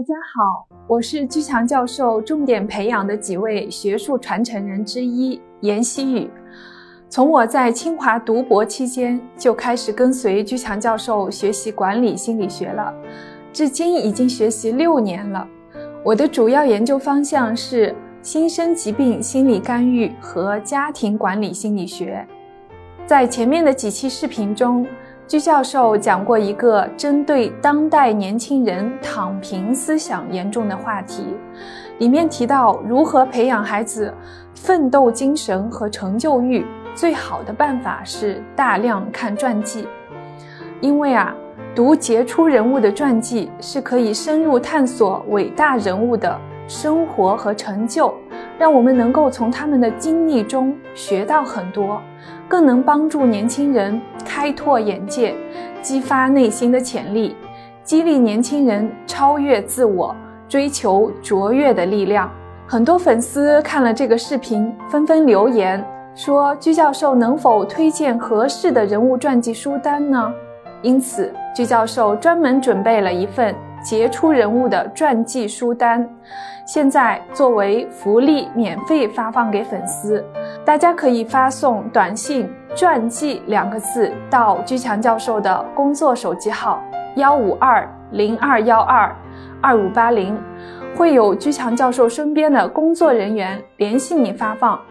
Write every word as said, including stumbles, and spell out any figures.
大家好，我是居强教授重点培养的几位学术传承人之一严希宇。从我在清华读博期间就开始跟随居强教授学习管理心理学了，至今已经学习六年了。我的主要研究方向是新生疾病心理干预和家庭管理心理学。在前面的几期视频中，居教授讲过一个针对当代年轻人躺平思想严重的话题，里面提到如何培养孩子奋斗精神和成就欲，最好的办法是大量看传记。因为啊，读杰出人物的传记是可以深入探索伟大人物的生活和成就，让我们能够从他们的经历中学到很多，更能帮助年轻人开拓眼界，激发内心的潜力，激励年轻人超越自我，追求卓越的力量。很多粉丝看了这个视频，纷纷留言说，居教授能否推荐合适的人物传记书单呢？因此，居教授专门准备了一份杰出人物的传记书单，现在作为福利免费发放给粉丝。大家可以发送短信传记两个字到居强教授的工作手机号幺五二零二幺二二五八零，会有居强教授身边的工作人员联系你发放。